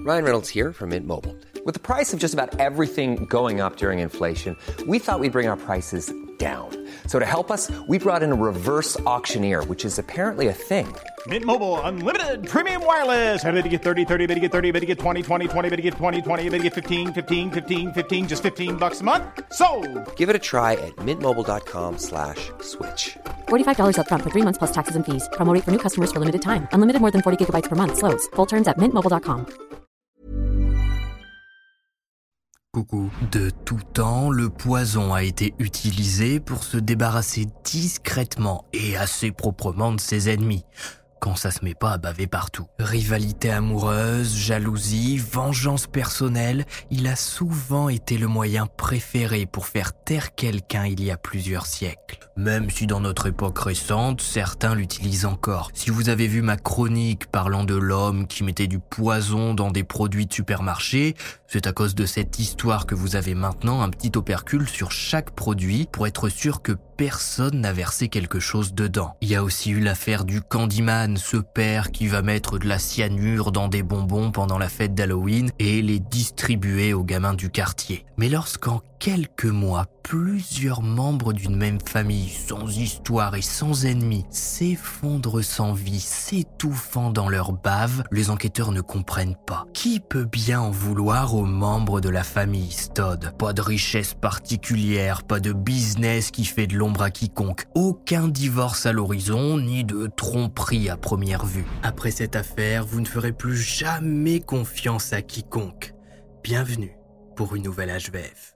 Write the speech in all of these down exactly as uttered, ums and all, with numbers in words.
Ryan Reynolds here from Mint Mobile. With the price of just about everything going up during inflation, we thought we'd bring our prices down. So to help us, we brought in a reverse auctioneer, which is apparently a thing. Mint Mobile Unlimited Premium Wireless. How to get thirty, thirty, how to get thirty, how to get twenty, twenty, twenty, how to get twenty, twenty, how to get fifteen, fifteen, fifteen, fifteen, just fifteen bucks a month? Sold! Give it a try at mintmobile.com slash switch. forty-five dollars up front for three months plus taxes and fees. Promo rate for new customers for limited time. Unlimited more than forty gigabytes per month. Slows full terms at mint mobile dot com. Coucou. De tout temps, le poison a été utilisé pour se débarrasser discrètement et assez proprement de ses ennemis, quand ça se met pas à baver partout. Rivalité amoureuse, jalousie, vengeance personnelle, il a souvent été le moyen préféré pour faire taire quelqu'un il y a plusieurs siècles. Même si dans notre époque récente, certains l'utilisent encore. Si vous avez vu ma chronique parlant de l'homme qui mettait du poison dans des produits de supermarché, c'est à cause de cette histoire que vous avez maintenant un petit opercule sur chaque produit pour être sûr que personne n'a versé quelque chose dedans. Il y a aussi eu l'affaire du Candyman, ce père qui va mettre de la cyanure dans des bonbons pendant la fête d'Halloween et les distribuer aux gamins du quartier. Mais lorsqu'en quelques mois, plusieurs membres d'une même famille, sans histoire et sans ennemis, s'effondrent sans vie, s'étouffant dans leur bave, les enquêteurs ne comprennent pas. Qui peut bien en vouloir aux membres de la famille Stodd? Pas de richesse particulière, pas de business qui fait de l'ombre à quiconque, aucun divorce à l'horizon, ni de tromperie à première vue. Après cette affaire, vous ne ferez plus jamais confiance à quiconque. Bienvenue pour une nouvelle H V F.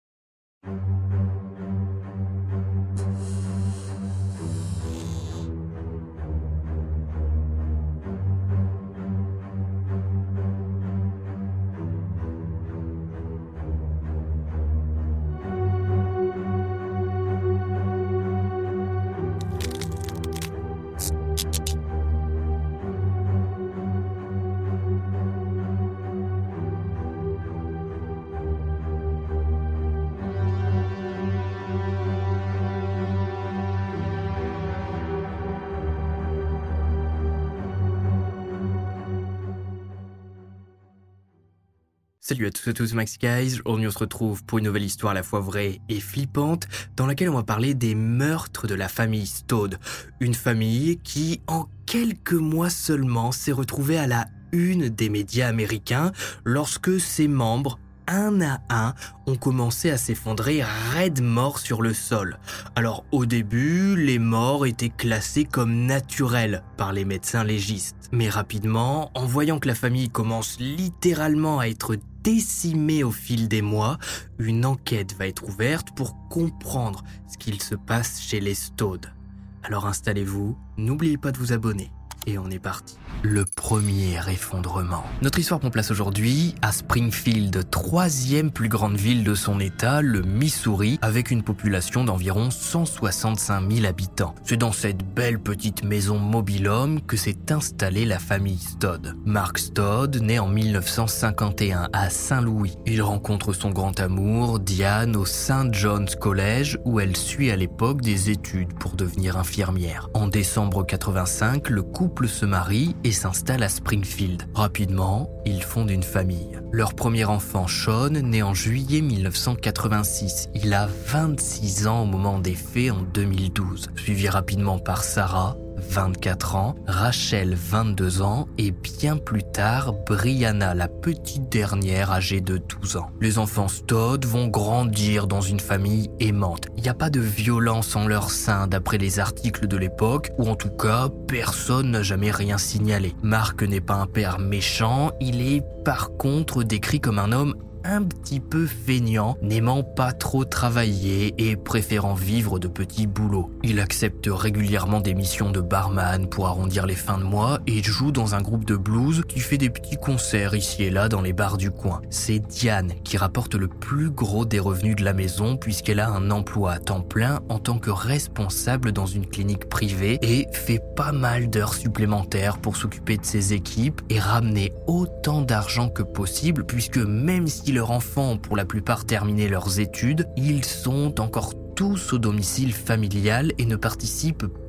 Salut à tous et à tous, Maxi Guys. Aujourd'hui on se retrouve pour une nouvelle histoire à la fois vraie et flippante dans laquelle on va parler des meurtres de la famille Stodd. Une famille qui, en quelques mois seulement, s'est retrouvée à la une des médias américains lorsque ses membres, un à un, ont commencé à s'effondrer raide morts sur le sol. Alors au début, les morts étaient classés comme naturels par les médecins légistes. Mais rapidement, en voyant que la famille commence littéralement à être décimée au fil des mois, une enquête va être ouverte pour comprendre ce qu'il se passe chez les Stodd. Alors installez-vous, n'oubliez pas de vous abonner. Et on est parti. Le premier effondrement. Notre histoire prend place aujourd'hui à Springfield, troisième plus grande ville de son état, le Missouri, avec une population d'environ cent soixante-cinq mille habitants. C'est dans cette belle petite maison mobil-home que s'est installée la famille Stodd. Mark Stodd naît en mille neuf cent cinquante et un à Saint-Louis. Il rencontre son grand amour, Diane, au Saint John's College, où elle suit à l'époque des études pour devenir infirmière. En décembre quatre-vingt-cinq, le couple se marie et s'installe à Springfield. Rapidement, ils fondent une famille. Leur premier enfant, Sean, naît en juillet mille neuf cent quatre-vingt-six. Il a vingt-six ans au moment des faits en deux mille douze. Suivi rapidement par Sarah, vingt-quatre ans, Rachel, vingt-deux ans, et bien plus tard, Brianna, la petite dernière, âgée de douze ans. Les enfants Stodd vont grandir dans une famille aimante. Il n'y a pas de violence en leur sein, d'après les articles de l'époque, ou en tout cas, personne n'a jamais rien signalé. Mark n'est pas un père méchant, il est par contre décrit comme un homme un petit peu feignant, n'aimant pas trop travailler et préférant vivre de petits boulots. Il accepte régulièrement des missions de barman pour arrondir les fins de mois et joue dans un groupe de blues qui fait des petits concerts ici et là dans les bars du coin. C'est Diane qui rapporte le plus gros des revenus de la maison puisqu'elle a un emploi à temps plein en tant que responsable dans une clinique privée et fait pas mal d'heures supplémentaires pour s'occuper de ses équipes et ramener autant d'argent que possible puisque même si leurs enfants ont pour la plupart terminé leurs études, ils sont encore tous au domicile familial et ne participent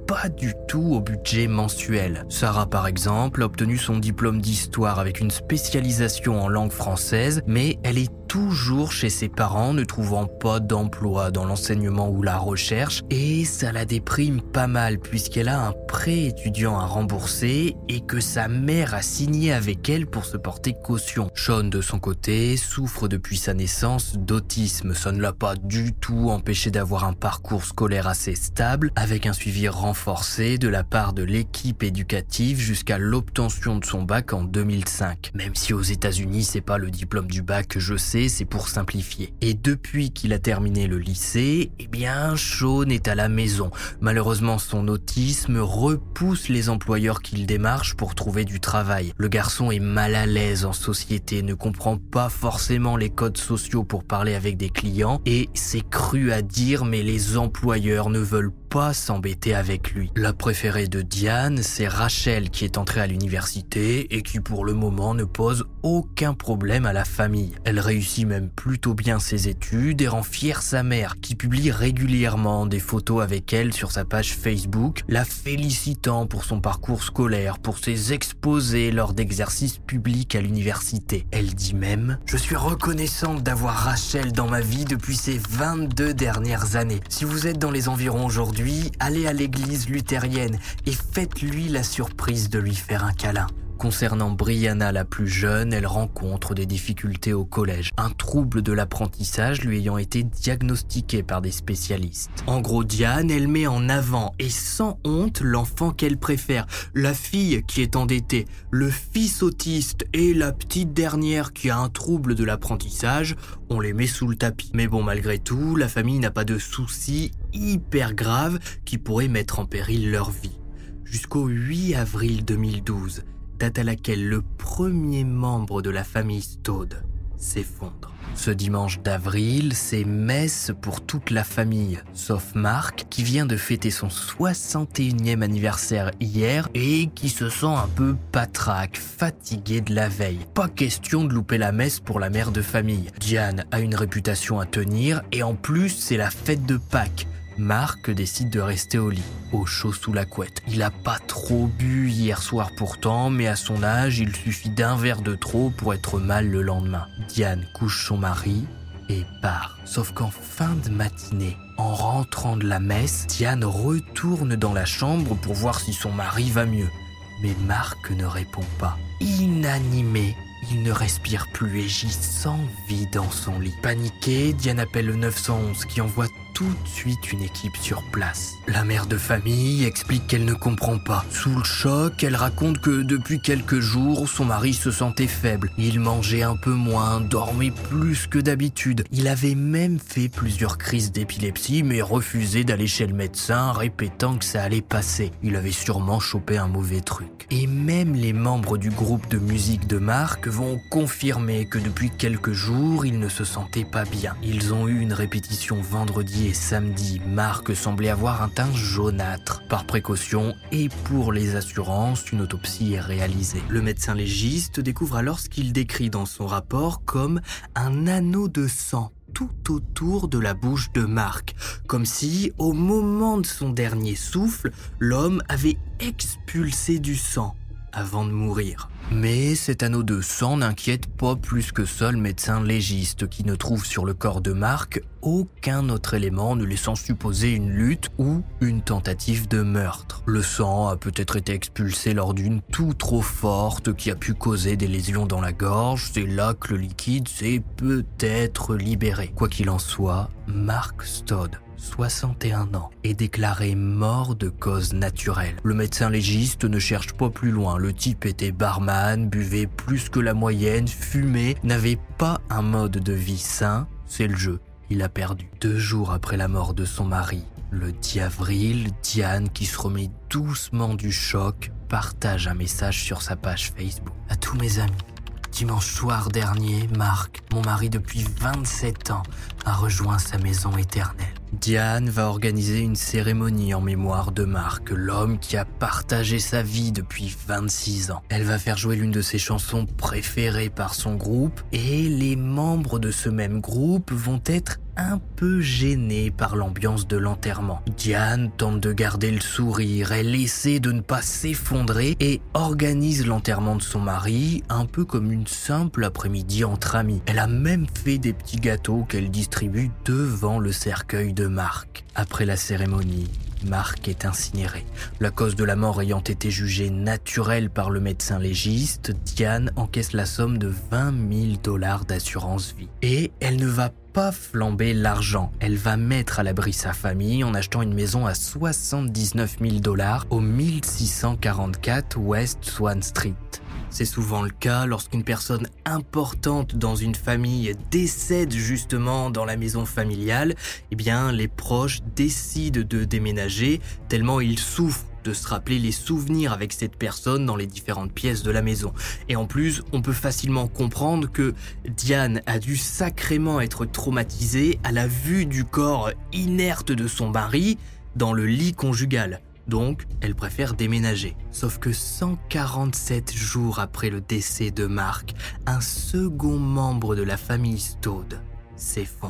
pas du tout au budget mensuel. Sarah, par exemple, a obtenu son diplôme d'histoire avec une spécialisation en langue française, mais elle est toujours chez ses parents, ne trouvant pas d'emploi dans l'enseignement ou la recherche, et ça la déprime pas mal puisqu'elle a un prêt étudiant à rembourser et que sa mère a signé avec elle pour se porter caution. Sean, de son côté, souffre depuis sa naissance d'autisme. Ça ne l'a pas du tout empêché d'avoir un parcours scolaire assez stable, avec un suivi renforcé de la part de l'équipe éducative jusqu'à l'obtention de son bac en deux mille cinq. Même si aux États-Unis, c'est pas le diplôme du bac que je sais, c'est pour simplifier. Et depuis qu'il a terminé le lycée, eh bien, Sean est à la maison. Malheureusement, son autisme repousse les employeurs qu'il démarche pour trouver du travail. Le garçon est mal à l'aise en société, ne comprend pas forcément les codes sociaux pour parler avec des clients et c'est cru à dire, mais les employeurs ne veulent pas s'embêter avec lui. La préférée de Diane, c'est Rachel qui est entrée à l'université et qui pour le moment ne pose aucun problème à la famille. Elle réussit même plutôt bien ses études et rend fière sa mère qui publie régulièrement des photos avec elle sur sa page Facebook, la félicitant pour son parcours scolaire, pour ses exposés lors d'exercices publics à l'université. Elle dit même « Je suis reconnaissante d'avoir Rachel dans ma vie depuis ces vingt-deux dernières années. Si vous êtes dans les environs aujourd'hui, allez à l'église luthérienne et faites-lui la surprise de lui faire un câlin. » Concernant Brianna, la plus jeune, elle rencontre des difficultés au collège, un trouble de l'apprentissage lui ayant été diagnostiqué par des spécialistes. En gros, Diane, elle met en avant et sans honte l'enfant qu'elle préfère, la fille qui est endettée, le fils autiste et la petite dernière qui a un trouble de l'apprentissage, on les met sous le tapis. Mais bon, malgré tout, la famille n'a pas de soucis hyper graves qui pourraient mettre en péril leur vie. Jusqu'au huit avril deux mille douze, date à laquelle le premier membre de la famille Stode s'effondre. Ce dimanche d'avril, c'est messe pour toute la famille, sauf Mark, qui vient de fêter son soixante et unième anniversaire hier et qui se sent un peu patraque, fatigué de la veille. Pas question de louper la messe pour la mère de famille. Diane a une réputation à tenir et en plus, c'est la fête de Pâques. Mark décide de rester au lit, au chaud sous la couette. Il a pas trop bu hier soir pourtant, mais à son âge, il suffit d'un verre de trop pour être mal le lendemain. Diane couche son mari et part. Sauf qu'en fin de matinée, en rentrant de la messe, Diane retourne dans la chambre pour voir si son mari va mieux. Mais Mark ne répond pas. Inanimé, il ne respire plus et gît sans vie dans son lit. Paniquée, Diane appelle le neuf cent onze qui envoie tout de suite une équipe sur place. La mère de famille explique qu'elle ne comprend pas. Sous le choc, elle raconte que depuis quelques jours, son mari se sentait faible. Il mangeait un peu moins, dormait plus que d'habitude. Il avait même fait plusieurs crises d'épilepsie, mais refusait d'aller chez le médecin, répétant que ça allait passer. Il avait sûrement chopé un mauvais truc. Et même les membres du groupe de musique de Mark vont confirmer que depuis quelques jours, il ne se sentait pas bien. Ils ont eu une répétition vendredi et samedi, Mark semblait avoir un teint jaunâtre. Par précaution et pour les assurances, une autopsie est réalisée. Le médecin légiste découvre alors ce qu'il décrit dans son rapport comme un anneau de sang tout autour de la bouche de Mark, comme si, au moment de son dernier souffle, l'homme avait expulsé du sang avant de mourir. Mais cet anneau de sang n'inquiète pas plus que ça le médecin légiste qui ne trouve sur le corps de Mark aucun autre élément ne laissant supposer une lutte ou une tentative de meurtre. Le sang a peut-être été expulsé lors d'une toux trop forte qui a pu causer des lésions dans la gorge, c'est là que le liquide s'est peut-être libéré. Quoi qu'il en soit, Mark Stode, soixante et un ans, est déclaré mort de cause naturelle. Le médecin légiste ne cherche pas plus loin. Le type était barman, buvait plus que la moyenne, fumait, n'avait pas un mode de vie sain. C'est le jeu. Il a perdu. Deux jours après la mort de son mari, le dix avril, Diane, qui se remet doucement du choc, partage un message sur sa page Facebook. À tous mes amis, dimanche soir dernier, Mark, mon mari depuis vingt-sept ans, a rejoint sa maison éternelle. Diane va organiser une cérémonie en mémoire de Mark, l'homme qui a partagé sa vie depuis vingt-six ans. Elle va faire jouer l'une de ses chansons préférées par son groupe et les membres de ce même groupe vont être un peu gênée par l'ambiance de l'enterrement. Diane tente de garder le sourire, elle essaie de ne pas s'effondrer et organise l'enterrement de son mari un peu comme une simple après-midi entre amis. Elle a même fait des petits gâteaux qu'elle distribue devant le cercueil de Mark. Après la cérémonie, Mark est incinéré. La cause de la mort ayant été jugée naturelle par le médecin légiste, Diane encaisse la somme de vingt mille dollars d'assurance vie. Et elle ne va pas flamber l'argent. Elle va mettre à l'abri sa famille en achetant une maison à soixante-dix-neuf mille dollars au mille six cent quarante-quatre West Swan Street. C'est souvent le cas lorsqu'une personne importante dans une famille décède justement dans la maison familiale, eh bien les proches décident de déménager tellement ils souffrent de se rappeler les souvenirs avec cette personne dans les différentes pièces de la maison. Et en plus, on peut facilement comprendre que Diane a dû sacrément être traumatisée à la vue du corps inerte de son mari dans le lit conjugal. Donc, elle préfère déménager. Sauf que cent quarante-sept jours après le décès de Mark, un second membre de la famille Stode s'effondre.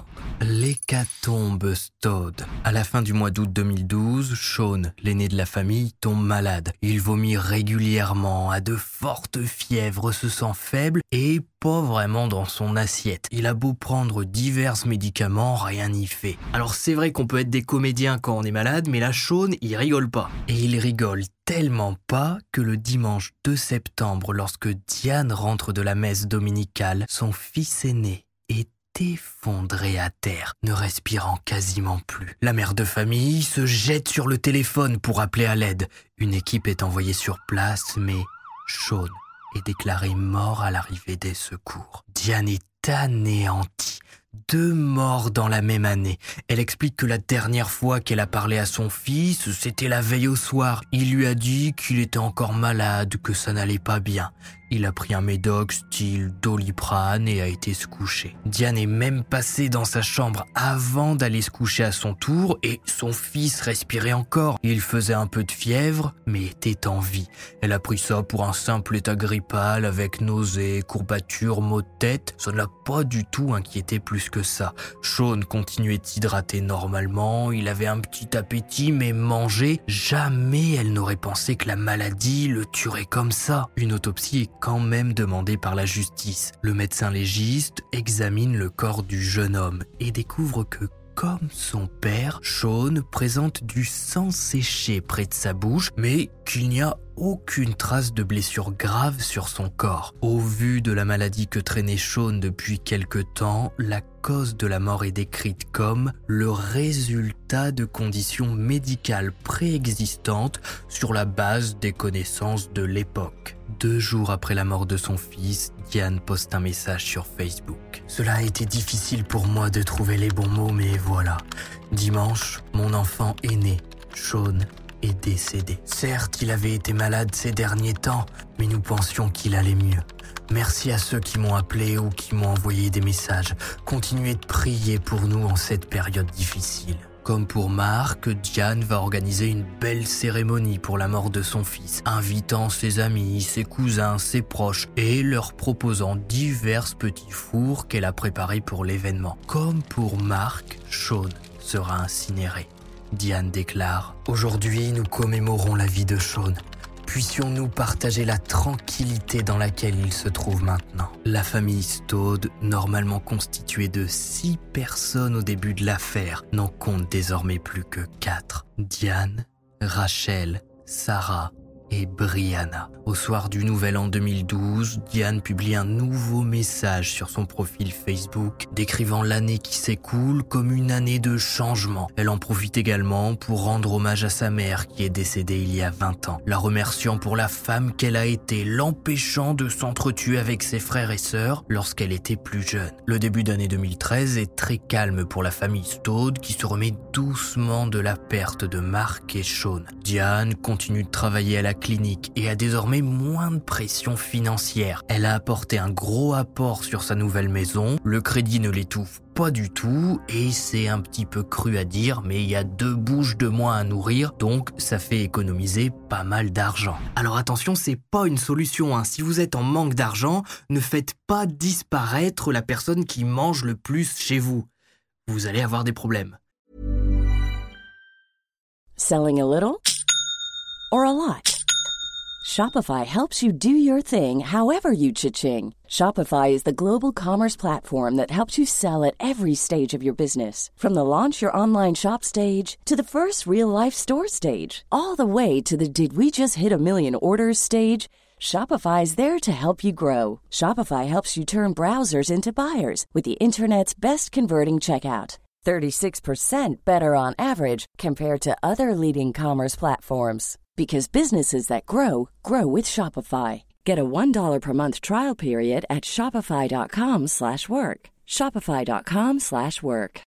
L'hécatombe Stode. À la fin du mois d'août deux mille douze, Sean, l'aîné de la famille, tombe malade. Il vomit régulièrement, a de fortes fièvres, se sent faible et pas vraiment dans son assiette. Il a beau prendre divers médicaments, rien n'y fait. Alors c'est vrai qu'on peut être des comédiens quand on est malade, mais là Sean, il rigole pas. Et il rigole tellement pas que le dimanche deux septembre, lorsque Diane rentre de la messe dominicale, son fils aîné est effondré à terre, ne respirant quasiment plus. La mère de famille se jette sur le téléphone pour appeler à l'aide. Une équipe est envoyée sur place, mais Sean est déclaré mort à l'arrivée des secours. Diane est anéantie. Deux morts dans la même année. Elle explique que la dernière fois qu'elle a parlé à son fils, c'était la veille au soir. Il lui a dit qu'il était encore malade, que ça n'allait pas bien. Il a pris un médoc style Doliprane et a été se coucher. Diane est même passée dans sa chambre avant d'aller se coucher à son tour et son fils respirait encore. Il faisait un peu de fièvre, mais était en vie. Elle a pris ça pour un simple état grippal avec nausées, courbatures, maux de tête. Ça ne l'a pas du tout inquiété plus que ça. Sean continuait de s'hydrater normalement, il avait un petit appétit, mais manger, jamais elle n'aurait pensé que la maladie le tuerait comme ça. Une autopsie est quand même demandée par la justice. Le médecin légiste examine le corps du jeune homme et découvre que, comme son père, Sean présente du sang séché près de sa bouche, mais qu'il n'y a aucune trace de blessure grave sur son corps. Au vu de la maladie que traînait Sean depuis quelque temps, la cause de la mort est décrite comme le résultat de conditions médicales préexistantes sur la base des connaissances de l'époque. Deux jours après la mort de son fils, Diane poste un message sur Facebook. « Cela a été difficile pour moi de trouver les bons mots, mais voilà. Dimanche, mon enfant aîné, Sean, est décédé. Certes, il avait été malade ces derniers temps, mais nous pensions qu'il allait mieux. Merci à ceux qui m'ont appelé ou qui m'ont envoyé des messages. Continuez de prier pour nous en cette période difficile. » Comme pour Mark, Diane va organiser une belle cérémonie pour la mort de son fils, invitant ses amis, ses cousins, ses proches et leur proposant divers petits fours qu'elle a préparés pour l'événement. Comme pour Mark, Sean sera incinéré. Diane déclare « Aujourd'hui, nous commémorons la vie de Sean. Puissions-nous partager la tranquillité dans laquelle il se trouve maintenant. » La famille Stode, normalement constituée de six personnes au début de l'affaire, n'en compte désormais plus que quatre. Diane, Rachel, Sarah et Brianna. Au soir du Nouvel An deux mille douze, Diane publie un nouveau message sur son profil Facebook décrivant l'année qui s'écoule comme une année de changement. Elle en profite également pour rendre hommage à sa mère qui est décédée il y a vingt ans, la remerciant pour la femme qu'elle a été, l'empêchant de s'entretuer avec ses frères et sœurs lorsqu'elle était plus jeune. Le début d'année deux mille treize est très calme pour la famille Stode qui se remet doucement de la perte de Mark et Sean. Diane continue de travailler à la clinique et a désormais moins de pression financière. Elle a apporté un gros apport sur sa nouvelle maison, le crédit ne l'étouffe pas du tout et c'est un petit peu cru à dire, mais il y a deux bouches de moins à nourrir, donc ça fait économiser pas mal d'argent. Alors attention, c'est pas une solution, hein. Si vous êtes en manque d'argent, ne faites pas disparaître la personne qui mange le plus chez vous. vous allez avoir des problèmes. Selling a little or a lot? Shopify helps you do your thing however you cha-ching. Shopify is the global commerce platform that helps you sell at every stage of your business. From the launch your online shop stage to the first real-life store stage, all the way to the did we just hit a million orders stage. Shopify is there to help you grow. Shopify helps you turn browsers into buyers with the internet's best converting checkout. thirty-six percent better on average compared to other leading commerce platforms. Because businesses that grow, grow with Shopify. Get a one dollar per month trial period at shopify.com slash work. Shopify.com slash work.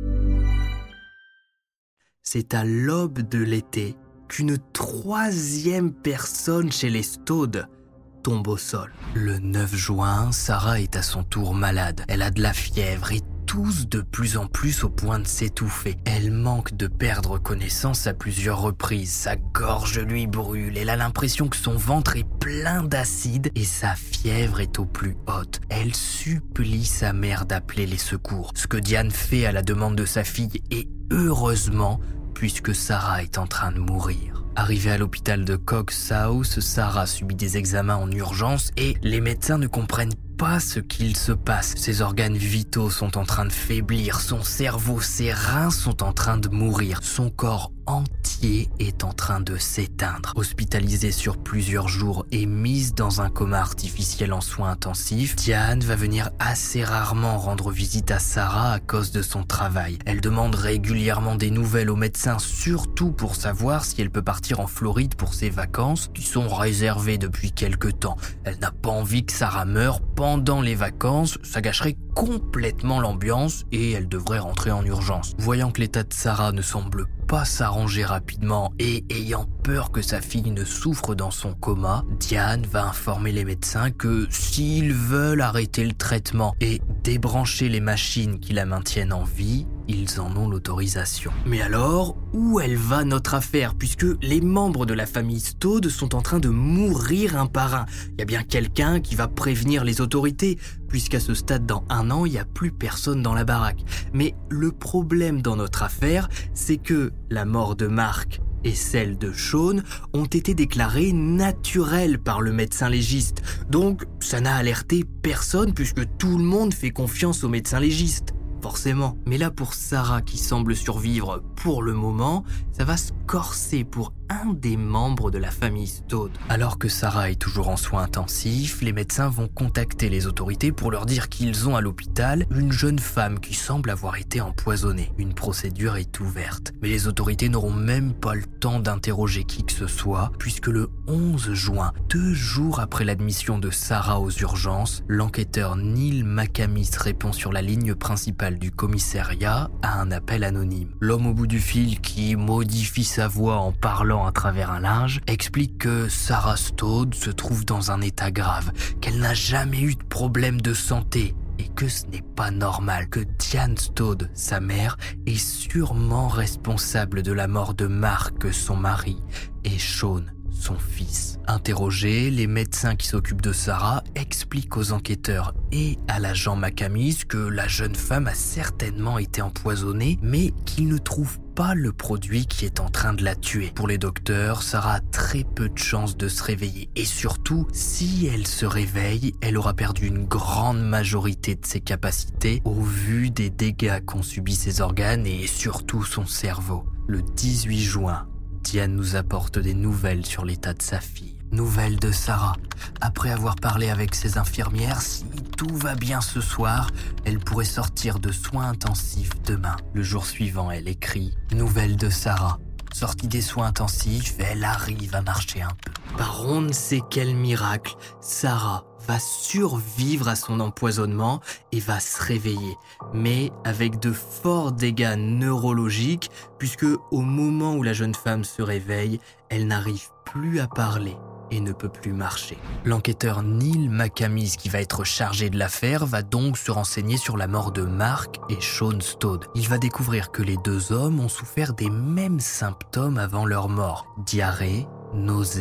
C'est à l'aube de l'été qu'une troisième personne chez les Stode tombe au sol. Le neuf juin, Sarah est à son tour malade. Elle a de la fièvre et tousse de plus en plus au point de s'étouffer. Elle manque de perdre connaissance à plusieurs reprises. Sa gorge lui brûle. Elle a l'impression que son ventre est plein d'acide et sa fièvre est au plus haute. Elle supplie sa mère d'appeler les secours. Ce que Diane fait à la demande de sa fille et heureusement, puisque Sarah est en train de mourir. Arrivée à l'hôpital de Cox House, Sarah subit des examens en urgence et les médecins ne comprennent pas ce qu'il se passe. Ses organes vitaux sont en train de faiblir, son cerveau, ses reins sont en train de mourir, son corps entier est en train de s'éteindre. Hospitalisée sur plusieurs jours et mise dans un coma artificiel en soins intensifs, Diane va venir assez rarement rendre visite à Sarah à cause de son travail. Elle demande régulièrement des nouvelles aux médecins, surtout pour savoir si elle peut partir en Floride pour ses vacances, qui sont réservées depuis quelque temps. Elle n'a pas envie que Sarah meure pendant les vacances, ça gâcherait complètement l'ambiance et elle devrait rentrer en urgence. Voyant que l'état de Sarah ne semble pas s'arranger rapidement et ayant peur que sa fille ne souffre dans son coma, Diane va informer les médecins que s'ils veulent arrêter le traitement et débrancher les machines qui la maintiennent en vie, ils en ont l'autorisation. Mais alors, où elle va notre affaire, puisque les membres de la famille Stode sont en train de mourir un par un? Il y a bien quelqu'un qui va prévenir les autorités, puisqu'à ce stade, dans un an, il n'y a plus personne dans la baraque. Mais le problème dans notre affaire, c'est que la mort de Mark et celle de Sean ont été déclarées naturelles par le médecin légiste. Donc, ça n'a alerté personne, puisque tout le monde fait confiance au médecin légiste. Forcément. Mais là, pour Sarah qui semble survivre pour le moment, ça va se corser pour un des membres de la famille Stode. Alors que Sarah est toujours en soins intensifs, les médecins vont contacter les autorités pour leur dire qu'ils ont à l'hôpital une jeune femme qui semble avoir été empoisonnée. Une procédure est ouverte. Mais les autorités n'auront même pas le temps d'interroger qui que ce soit, puisque le onze juin, deux jours après l'admission de Sarah aux urgences, l'enquêteur Neil McAmis répond sur la ligne principale du commissariat à un appel anonyme. L'homme au bout du fil, qui modifie sa voix en parlant à travers un linge, explique que Sarah Stode se trouve dans un état grave, qu'elle n'a jamais eu de problème de santé et que ce n'est pas normal, que Diane Stode, sa mère, est sûrement responsable de la mort de Mark, son mari, et Sean, son fils. Interrogés, les médecins qui s'occupent de Sarah expliquent aux enquêteurs et à l'agent McAmis que la jeune femme a certainement été empoisonnée, mais qu'ils ne trouvent pas le produit qui est en train de la tuer. Pour les docteurs, Sarah a très peu de chances de se réveiller. Et surtout, si elle se réveille, elle aura perdu une grande majorité de ses capacités au vu des dégâts qu'ont subis ses organes et surtout son cerveau. Le dix-huit juin, Diane nous apporte des nouvelles sur l'état de sa fille. Nouvelle de Sarah. Après avoir parlé avec ses infirmières, si tout va bien ce soir, elle pourrait sortir de soins intensifs demain. Le jour suivant, elle écrit « Nouvelle de Sarah. Sortie des soins intensifs, elle arrive à marcher un peu. » Par on ne sait quel miracle, Sarah va survivre à son empoisonnement et va se réveiller, mais avec de forts dégâts neurologiques, puisque au moment où la jeune femme se réveille, elle n'arrive plus à parler et ne peut plus marcher. L'enquêteur Neil McAmis, qui va être chargé de l'affaire, va donc se renseigner sur la mort de Mark et Sean Stode. Il va découvrir que les deux hommes ont souffert des mêmes symptômes avant leur mort. Diarrhée, nausées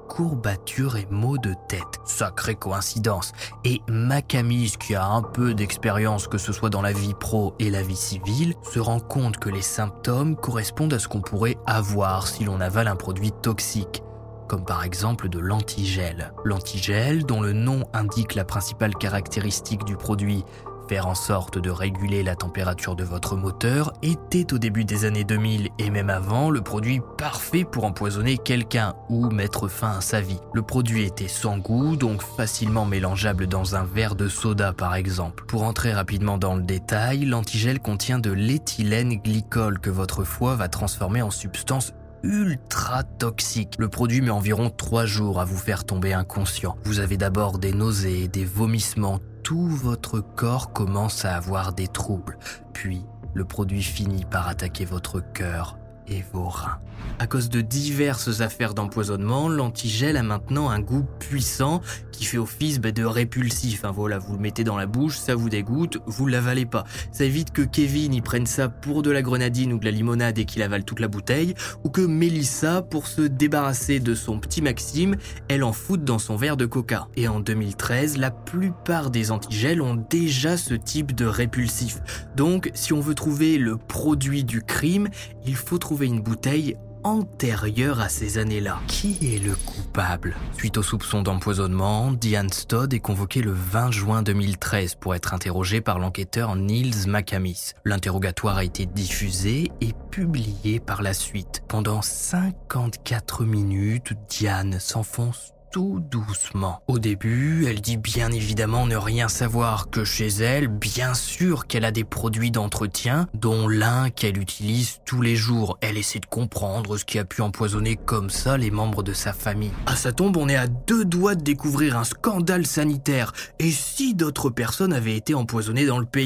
courbatures et maux de tête. Sacrée coïncidence. Et Makamis, qui a un peu d'expérience que ce soit dans la vie pro et la vie civile, se rend compte que les symptômes correspondent à ce qu'on pourrait avoir si l'on avale un produit toxique, comme par exemple de l'antigel. L'antigel, dont le nom indique la principale caractéristique du produit, faire en sorte de réguler la température de votre moteur, était au début des années deux mille et même avant le produit parfait pour empoisonner quelqu'un ou mettre fin à sa vie. Le produit était sans goût, donc facilement mélangeable dans un verre de soda par exemple. Pour entrer rapidement dans le détail, l'antigel contient de l'éthylène glycol que votre foie va transformer en substance ultra toxique. Le produit met environ trois jours à vous faire tomber inconscient. Vous avez d'abord des nausées, des vomissements, tout votre corps commence à avoir des troubles. Puis, le produit finit par attaquer votre cœur et vos reins. À cause de diverses affaires d'empoisonnement, l'antigel a maintenant un goût puissant qui fait office bah, de répulsif. Hein, voilà, vous le mettez dans la bouche, ça vous dégoûte, vous l'avalez pas. Ça évite que Kevin y prenne ça pour de la grenadine ou de la limonade et qu'il avale toute la bouteille, ou que Mélissa, pour se débarrasser de son petit Maxime, elle en foute dans son verre de coca. Et en deux mille treize, la plupart des antigels ont déjà ce type de répulsif. Donc, si on veut trouver le produit du crime, il faut trouver une bouteille antérieure à ces années-là. Qui est le coupable ? Suite au soupçon d'empoisonnement, Diane Stodd est convoquée le vingt juin deux mille treize pour être interrogée par l'enquêteur Nils Makamis. L'interrogatoire a été diffusé et publié par la suite. Pendant cinquante-quatre minutes, Diane s'enfonce tout doucement. Au début, elle dit bien évidemment ne rien savoir, que chez elle, bien sûr qu'elle a des produits d'entretien, dont l'un qu'elle utilise tous les jours. Elle essaie de comprendre ce qui a pu empoisonner comme ça les membres de sa famille. À sa tombe, on est à deux doigts de découvrir un scandale sanitaire. Et si d'autres personnes avaient été empoisonnées dans le pays ?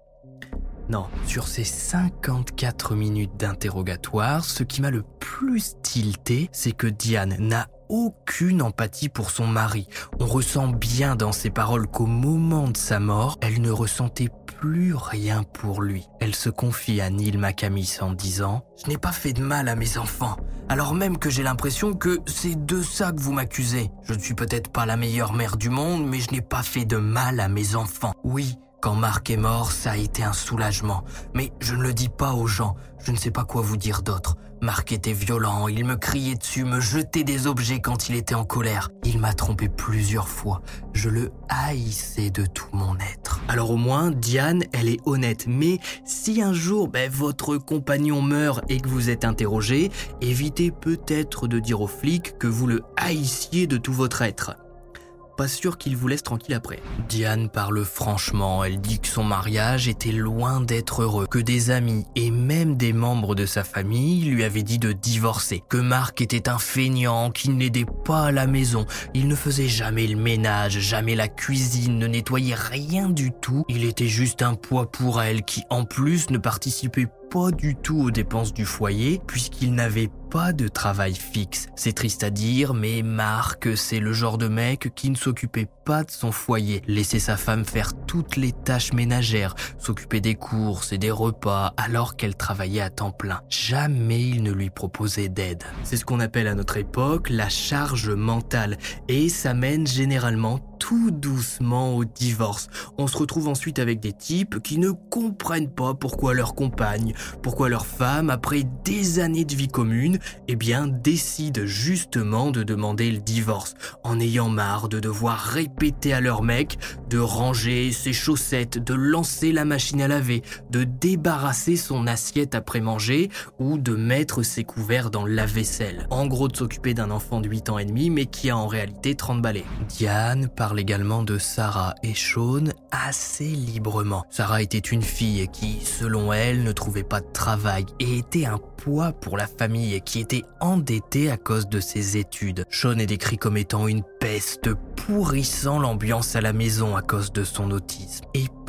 Non, sur ces cinquante-quatre minutes d'interrogatoire, ce qui m'a le plus tilté, c'est que Diane n'a aucune empathie pour son mari. On ressent bien dans ses paroles qu'au moment de sa mort, elle ne ressentait plus rien pour lui. Elle se confie à Nils Makamis en disant « Je n'ai pas fait de mal à mes enfants, alors même que j'ai l'impression que c'est de ça que vous m'accusez. Je ne suis peut-être pas la meilleure mère du monde, mais je n'ai pas fait de mal à mes enfants. Oui, quand Marc est mort, ça a été un soulagement. Mais je ne le dis pas aux gens, je ne sais pas quoi vous dire d'autre. Marc était violent, il me criait dessus, me jetait des objets quand il était en colère. Il m'a trompé plusieurs fois. Je le haïssais de tout mon être. » Alors au moins, Diane, elle est honnête. Mais si un jour ben, votre compagnon meurt et que vous êtes interrogé, évitez peut-être de dire aux flics que vous le haïssiez de tout votre être. Pas sûr qu'il vous laisse tranquille après. Diane parle franchement, elle dit que son mariage était loin d'être heureux, que des amis et même des membres de sa famille lui avaient dit de divorcer, que Marc était un feignant, qu'il n'aidait pas à la maison, il ne faisait jamais le ménage, jamais la cuisine, ne nettoyait rien du tout, il était juste un poids pour elle qui en plus ne participait pas du tout aux dépenses du foyer puisqu'il n'avait pas de travail fixe. C'est triste à dire, mais Marc, c'est le genre de mec qui ne s'occupait pas de son foyer, laissait sa femme faire toutes les tâches ménagères, s'occuper des courses et des repas alors qu'elle travaillait à temps plein. Jamais il ne lui proposait d'aide. C'est ce qu'on appelle à notre époque la charge mentale et ça mène généralement tout doucement au divorce. On se retrouve ensuite avec des types qui ne comprennent pas pourquoi leur compagne, pourquoi leur femme, après des années de vie commune, eh bien, décide justement de demander le divorce, en ayant marre de devoir répéter à leur mec de ranger ses chaussettes, de lancer la machine à laver, de débarrasser son assiette après manger ou de mettre ses couverts dans le lave-vaisselle. En gros, de s'occuper d'un enfant de huit ans et demi, mais qui a en réalité trente balais. Diane parle également de Sarah et Sean assez librement. Sarah était une fille qui, selon elle, ne trouvait pas de travail et était un poids pour la famille, qui était endettée à cause de ses études. Sean est décrit comme étant une peste, pourrissant l'ambiance à la maison à cause de son autisme. Et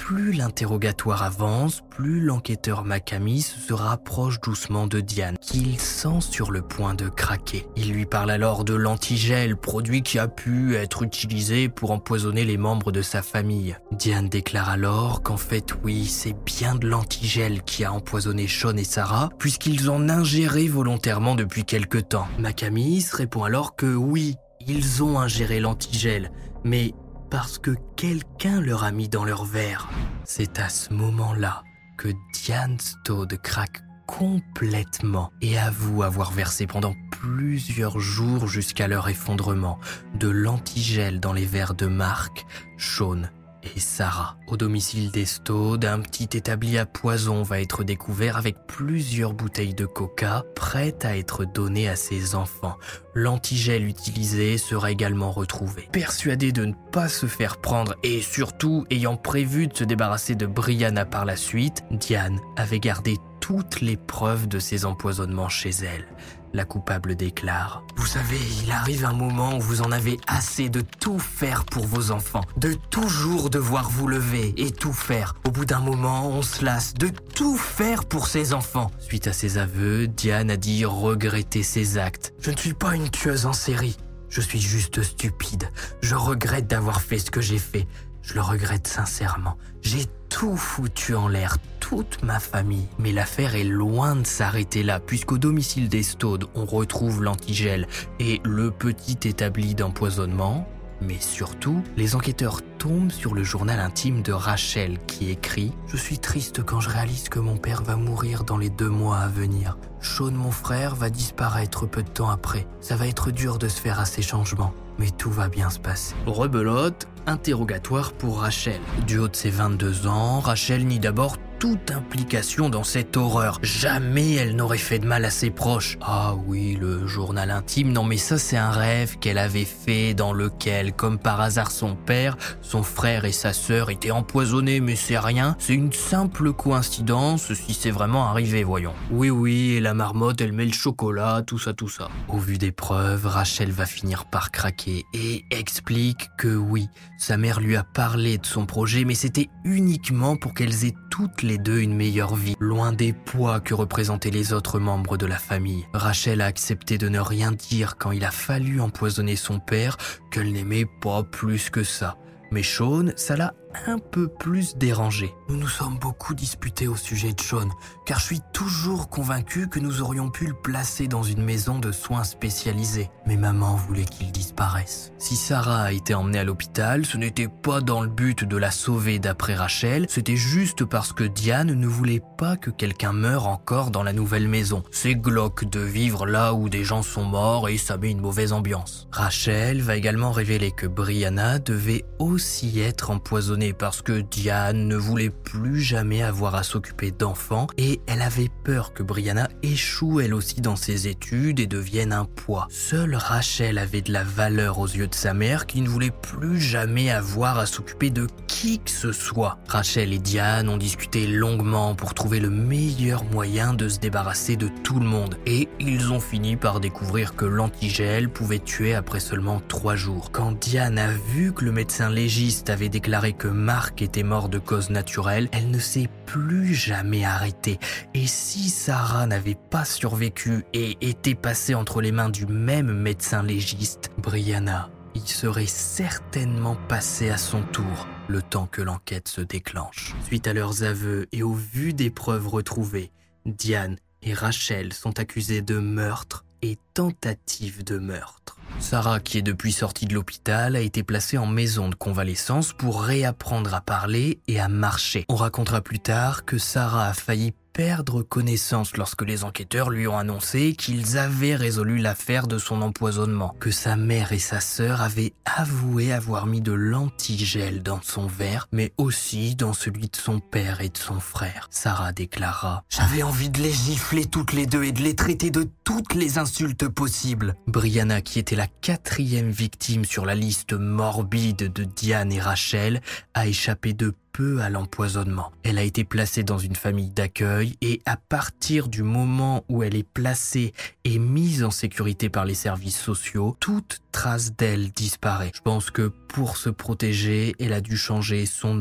plus l'interrogatoire avance, plus l'enquêteur Makamis se rapproche doucement de Diane, qu'il sent sur le point de craquer. Il lui parle alors de l'antigel, produit qui a pu être utilisé pour empoisonner les membres de sa famille. Diane déclare alors qu'en fait oui, c'est bien de l'antigel qui a empoisonné Sean et Sarah, puisqu'ils en ingéraient volontairement depuis quelque temps. Makamis répond alors que oui, ils ont ingéré l'antigel, mais parce que quelqu'un leur a mis dans leur verre. C'est à ce moment-là que Diane Stode craque complètement et avoue avoir versé pendant plusieurs jours jusqu'à leur effondrement de l'antigel dans les verres de Mark, Sean et Sarah. Au domicile des Stode, un petit établi à poison va être découvert avec plusieurs bouteilles de coca prêtes à être données à ses enfants. L'antigel utilisé sera également retrouvé. Persuadé de ne pas se faire prendre et surtout ayant prévu de se débarrasser de Brianna par la suite, Diane avait gardé toutes les preuves de ses empoisonnements chez elle. La coupable déclare « Vous savez, il arrive un moment où vous en avez assez de tout faire pour vos enfants, de toujours devoir vous lever et tout faire. Au bout d'un moment, on se lasse de tout faire pour ses enfants. » Suite à ses aveux, Diane a dit regretter ses actes. « Je ne suis pas une tueuse en série. Je suis juste stupide. Je regrette d'avoir fait ce que j'ai fait. Je le regrette sincèrement. J'ai tout foutu en l'air, toute ma famille. Mais l'affaire est loin de s'arrêter là, puisqu'au domicile des Stode, on retrouve l'antigel et le petit établi d'empoisonnement. Mais surtout, les enquêteurs tombent sur le journal intime de Rachel qui écrit « Je suis triste quand je réalise que mon père va mourir dans les deux mois à venir. Sean, mon frère, va disparaître peu de temps après. Ça va être dur de se faire à ces changements. Mais tout va bien se passer. » Rebelote, interrogatoire pour Rachel. Du haut de ses vingt-deux ans, Rachel nie d'abord toute implication dans cette horreur. Jamais elle n'aurait fait de mal à ses proches. Ah oui, le journal intime, non mais ça c'est un rêve qu'elle avait fait dans lequel, comme par hasard son père, son frère et sa sœur étaient empoisonnés, mais c'est rien. C'est une simple coïncidence si c'est vraiment arrivé, voyons. Oui oui, et la marmotte, elle met le chocolat, tout ça, tout ça. Au vu des preuves, Rachel va finir par craquer et explique que oui, sa mère lui a parlé de son projet, mais c'était uniquement pour qu'elles aient toutes les deux une meilleure vie, loin des poids que représentaient les autres membres de la famille. Rachel a accepté de ne rien dire quand il a fallu empoisonner son père, qu'elle n'aimait pas plus que ça. Mais Sean, ça l'a un peu plus dérangé. Nous nous sommes beaucoup disputés au sujet de Sean, car je suis toujours convaincu que nous aurions pu le placer dans une maison de soins spécialisée. Mais maman voulait qu'il disparaisse. Si Sarah a été emmenée à l'hôpital, ce n'était pas dans le but de la sauver d'après Rachel, c'était juste parce que Diane ne voulait pas que quelqu'un meure encore dans la nouvelle maison. C'est glauque de vivre là où des gens sont morts et ça met une mauvaise ambiance. Rachel va également révéler que Brianna devait aussi être empoisonnée parce que Diane ne voulait plus jamais avoir à s'occuper d'enfants et elle avait peur que Brianna échoue elle aussi dans ses études et devienne un poids. Seule Rachel avait de la valeur aux yeux de sa mère qui ne voulait plus jamais avoir à s'occuper de qui que ce soit. Rachel et Diane ont discuté longuement pour trouver le meilleur moyen de se débarrasser de tout le monde et ils ont fini par découvrir que l'antigel pouvait tuer après seulement trois jours. Quand Diane a vu que le médecin légiste avait déclaré que Mark était mort de cause naturelle, elle ne s'est plus jamais arrêtée. Et si Sarah n'avait pas survécu et était passée entre les mains du même médecin légiste, Brianna y serait certainement passée à son tour, le temps que l'enquête se déclenche. Suite à leurs aveux et au vu des preuves retrouvées, Diane et Rachel sont accusées de meurtre et tentative de meurtre. Sarah, qui est depuis sortie de l'hôpital, a été placée en maison de convalescence pour réapprendre à parler et à marcher. On racontera plus tard que Sarah a failli perdre connaissance lorsque les enquêteurs lui ont annoncé qu'ils avaient résolu l'affaire de son empoisonnement, que sa mère et sa sœur avaient avoué avoir mis de l'antigel dans son verre, mais aussi dans celui de son père et de son frère. Sarah déclara « J'avais envie de les gifler toutes les deux et de les traiter de toutes les insultes possibles. » Brianna, qui était la quatrième victime sur la liste morbide de Diane et Rachel, a échappé de peu à l'empoisonnement. Elle a été placée dans une famille d'accueil et à partir du moment où elle est placée et mise en sécurité par les services sociaux, toute trace d'elle disparaît. Je pense que pour se protéger, elle a dû changer son nom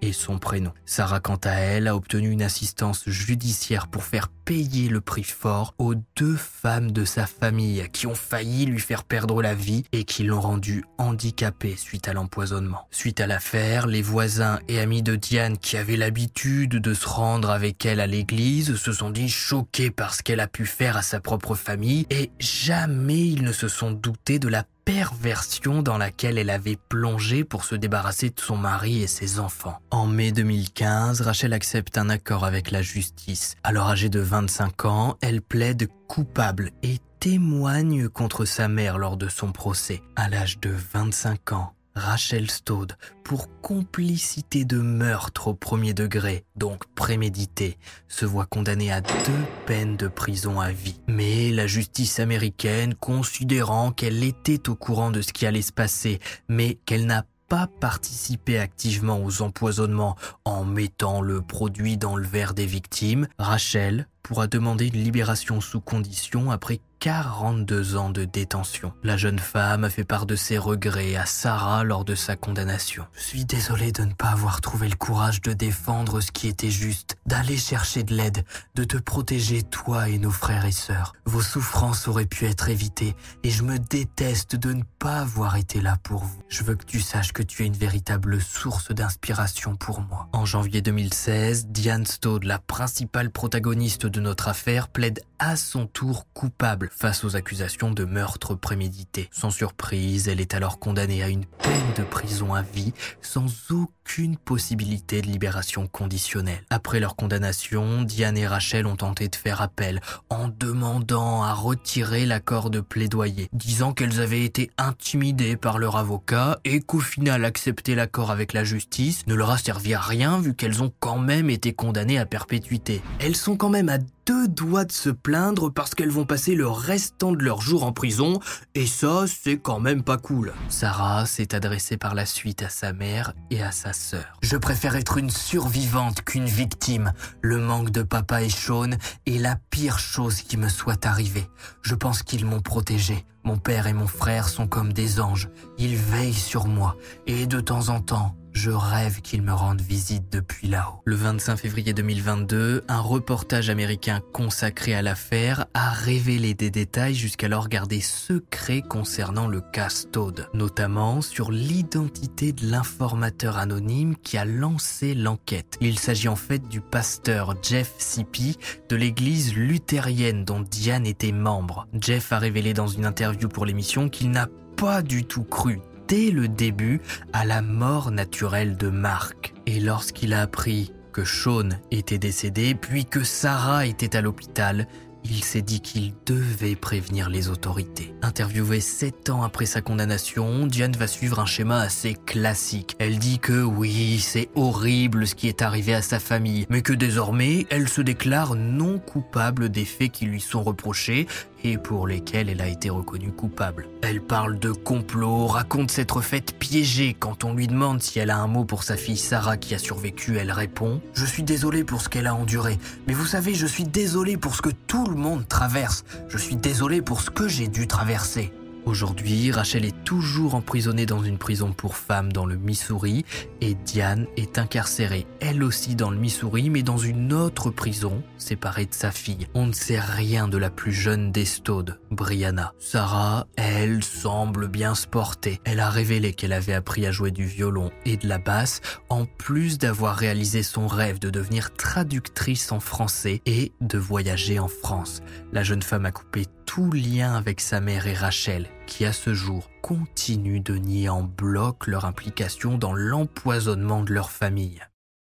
et son prénom. Sarah, quant à elle, a obtenu une assistance judiciaire pour faire payer le prix fort aux deux femmes de sa famille qui ont failli lui faire perdre la vie et qui l'ont rendue handicapée suite à l'empoisonnement. Suite à l'affaire, les voisins et amis de Diane qui avaient l'habitude de se rendre avec elle à l'église se sont dit choqués par ce qu'elle a pu faire à sa propre famille et jamais ils ne se sont doutés de la perversion dans laquelle elle avait plongé pour se débarrasser de son mari et ses enfants. En mai deux mille quinze, Rachel accepte un accord avec la justice. Alors âgée de vingt-cinq ans, elle plaide coupable et témoigne contre sa mère lors de son procès. À l'âge de vingt-cinq ans, Rachel Stode, pour complicité de meurtre au premier degré, donc prémédité, se voit condamnée à deux peines de prison à vie. Mais la justice américaine, considérant qu'elle était au courant de ce qui allait se passer, mais qu'elle n'a pas participé activement aux empoisonnements en mettant le produit dans le verre des victimes, Rachel pourra demander une libération sous condition après quarante-deux ans de détention. La jeune femme a fait part de ses regrets à Sarah lors de sa condamnation. « Je suis désolée de ne pas avoir trouvé le courage de défendre ce qui était juste, d'aller chercher de l'aide, de te protéger toi et nos frères et sœurs. Vos souffrances auraient pu être évitées et je me déteste de ne pas avoir été là pour vous. Je veux que tu saches que tu es une véritable source d'inspiration pour moi. » En janvier deux mille seize, Diane Stode, la principale protagoniste de notre affaire, plaide à son tour coupable face aux accusations de meurtre prémédité. Sans surprise, elle est alors condamnée à une peine de prison à vie sans aucune possibilité de libération conditionnelle. Après leur condamnation, Diane et Rachel ont tenté de faire appel en demandant à retirer l'accord de plaidoyer, disant qu'elles avaient été intimidées par leur avocat et qu'au final accepter l'accord avec la justice ne leur a servi à rien vu qu'elles ont quand même été condamnées à perpétuité. Elles sont quand même à deux doigts de se plaindre parce qu'elles vont passer le restant de leur jour en prison et ça, c'est quand même pas cool. Sarah s'est adressée par la suite à sa mère et à sa sœur. « Je préfère être une survivante qu'une victime. Le manque de papa et Sean est la pire chose qui me soit arrivée. Je pense qu'ils m'ont protégée. Mon père et mon frère sont comme des anges. Ils veillent sur moi et de temps en temps, je rêve qu'ils me rendent visite depuis là-haut. » Le vingt-cinq février deux mille vingt-deux, un reportage américain consacré à l'affaire a révélé des détails jusqu'alors gardés secrets concernant le cas Stode, notamment sur l'identité de l'informateur anonyme qui a lancé l'enquête. Il s'agit en fait du pasteur Jeff Sippy de l'église luthérienne dont Diane était membre. Jeff a révélé dans une interview pour l'émission qu'il n'a pas du tout cru dès le début à la mort naturelle de Mark. Et lorsqu'il a appris que Sean était décédé, puis que Sarah était à l'hôpital, il s'est dit qu'il devait prévenir les autorités. Interviewée sept ans après sa condamnation, Diane va suivre un schéma assez classique. Elle dit que oui, c'est horrible ce qui est arrivé à sa famille, mais que désormais, elle se déclare non coupable des faits qui lui sont reprochés et pour lesquels elle a été reconnue coupable. Elle parle de complot, raconte s'être faite piéger. Quand on lui demande si elle a un mot pour sa fille Sarah qui a survécu, elle répond « Je suis désolée pour ce qu'elle a enduré, mais vous savez, je suis désolée pour ce que tout le monde traverse. Je suis désolée pour ce que j'ai dû traverser. » Aujourd'hui, Rachel est toujours emprisonnée dans une prison pour femmes dans le Missouri et Diane est incarcérée, elle aussi dans le Missouri, mais dans une autre prison, séparée de sa fille. On ne sait rien de la plus jeune des Stode, Brianna. Sarah, elle, semble bien se porter. Elle a révélé qu'elle avait appris à jouer du violon et de la basse, en plus d'avoir réalisé son rêve de devenir traductrice en français et de voyager en France. La jeune femme a coupé tout lien avec sa mère et Rachel, qui à ce jour continuent de nier en bloc leur implication dans l'empoisonnement de leur famille.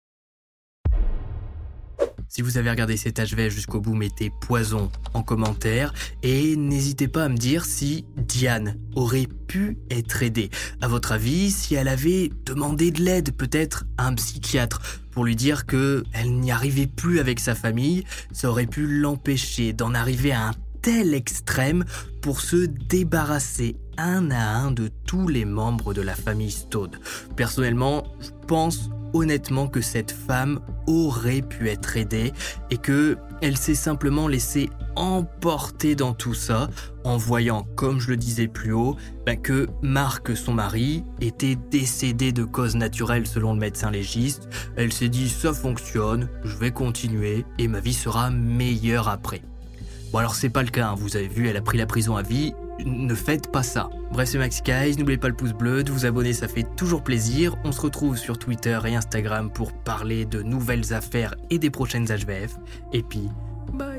Si vous avez regardé cet H V jusqu'au bout, mettez poison en commentaire et n'hésitez pas à me dire si Diane aurait pu être aidée. À votre avis, si elle avait demandé de l'aide, peut-être à un psychiatre, pour lui dire qu'elle n'y arrivait plus avec sa famille, ça aurait pu l'empêcher d'en arriver à un tel extrême pour se débarrasser un à un de tous les membres de la famille Stode. Personnellement, je pense honnêtement que cette femme aurait pu être aidée et que elle s'est simplement laissée emporter dans tout ça en voyant, comme je le disais plus haut, bah que Marc, son mari, était décédé de cause naturelle selon le médecin légiste. Elle s'est dit « ça fonctionne, je vais continuer et ma vie sera meilleure après ». Bon alors c'est pas le cas, hein. Vous avez vu, elle a pris la prison à vie. Ne faites pas ça. Bref, c'est Maxi Guys, n'oubliez pas le pouce bleu, de vous abonner, ça fait toujours plaisir. On se retrouve sur Twitter et Instagram pour parler de nouvelles affaires et des prochaines H V F. Et puis, bye.